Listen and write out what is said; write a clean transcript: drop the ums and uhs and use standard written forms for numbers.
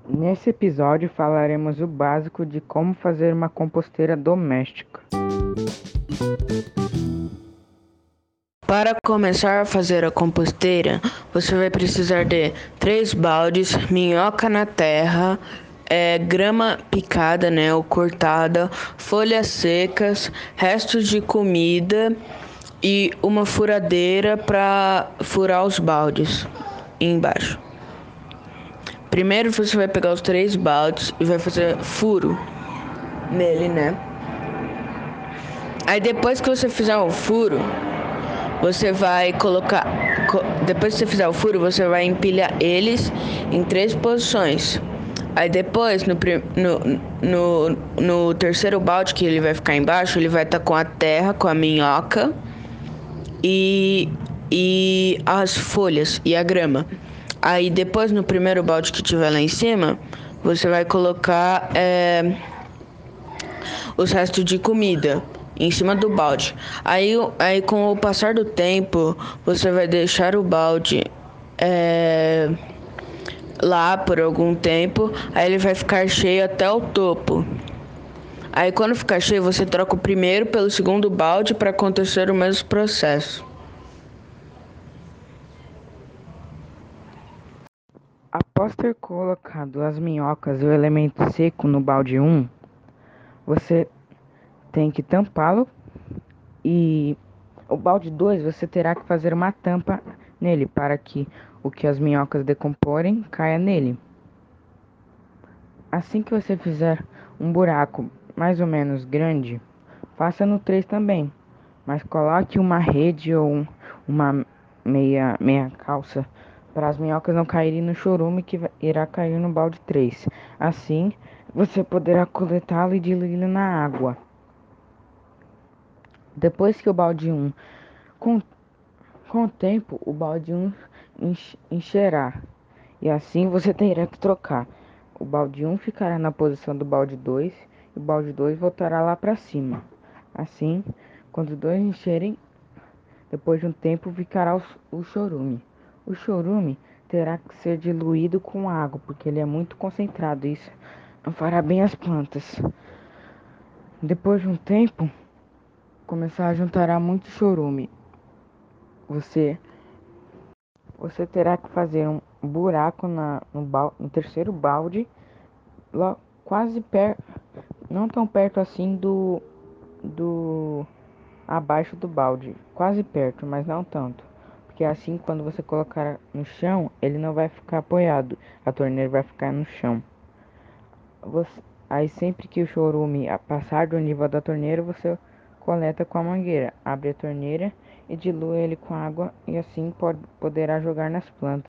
Nesse episódio falaremos o básico de como fazer uma composteira doméstica. Para começar a fazer a composteira, você vai precisar de 3 baldes, minhoca na terra, grama picada, ou cortada, folhas secas, restos de comida e uma furadeira para furar os baldes embaixo. Primeiro você vai pegar os 3 baldes e vai fazer furo nele, Aí depois que você fizer o furo, você vai colocar. Depois que você fizer o furo, você vai empilhar eles em 3 posições. Aí depois, no terceiro balde que ele vai ficar embaixo, ele vai estar com a terra, com a minhoca e, e as folhas e a grama. Aí depois, no primeiro balde que tiver lá em cima, você vai colocar os restos de comida em cima do balde. Aí com o passar do tempo, você vai deixar o balde lá por algum tempo, aí ele vai ficar cheio até o topo. Aí quando ficar cheio, você troca o primeiro pelo segundo balde para acontecer o mesmo processo. Após ter colocado as minhocas e o elemento seco no balde 1, você tem que tampá-lo e o balde 2 você terá que fazer uma tampa nele para que o que as minhocas decomporem caia nele. Assim que você fizer um buraco mais ou menos grande, faça no 3 também, mas coloque uma rede ou uma meia calça para as minhocas não caírem no chorume que irá cair no balde 3. Assim, você poderá coletá-lo e diluí-lo na água. Depois que o balde 1, com, com o tempo, o balde 1 encherá, e assim você terá que trocar. O balde 1 ficará na posição do balde 2 e o balde 2 voltará lá para cima. Assim, quando os dois encherem, depois de um tempo ficará o chorume. O chorume terá que ser diluído com água, porque ele é muito concentrado. Isso não fará bem às plantas. Depois de um tempo, começar a juntar muito chorume. Você, você terá que fazer um buraco no terceiro balde, quase perto, não tão perto assim do abaixo do balde, quase perto, mas não tanto. Porque assim, quando você colocar no chão, ele não vai ficar apoiado, a torneira vai ficar no chão. Aí sempre que o chorume passar do nível da torneira, você coleta com a mangueira, abre a torneira e dilui ele com água e assim poderá jogar nas plantas.